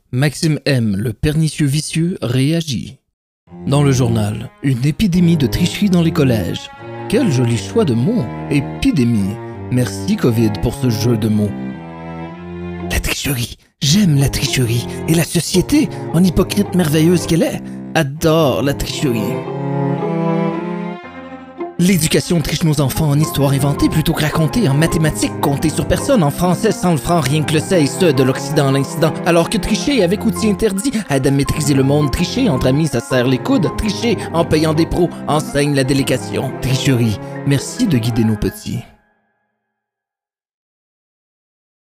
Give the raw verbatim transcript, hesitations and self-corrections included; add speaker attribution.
Speaker 1: Maxime M, le pernicieux vicieux, réagit. Dans le journal, une épidémie de tricherie dans les collèges. Quel joli choix de mots, épidémie. Merci Covid pour ce jeu de mots. La tricherie, j'aime la tricherie, et la société, en hypocrite merveilleuse qu'elle est, adore la tricherie. L'éducation triche nos enfants en histoire inventée plutôt que racontée, en mathématiques comptée sur personne, en français sans le franc rien que le sait, et ce de l'Occident à l'incident. Alors que tricher avec outils interdits aide à maîtriser le monde, tricher entre amis ça serre les coudes, tricher en payant des pros enseigne la délécation. Tricherie, merci de guider nos petits.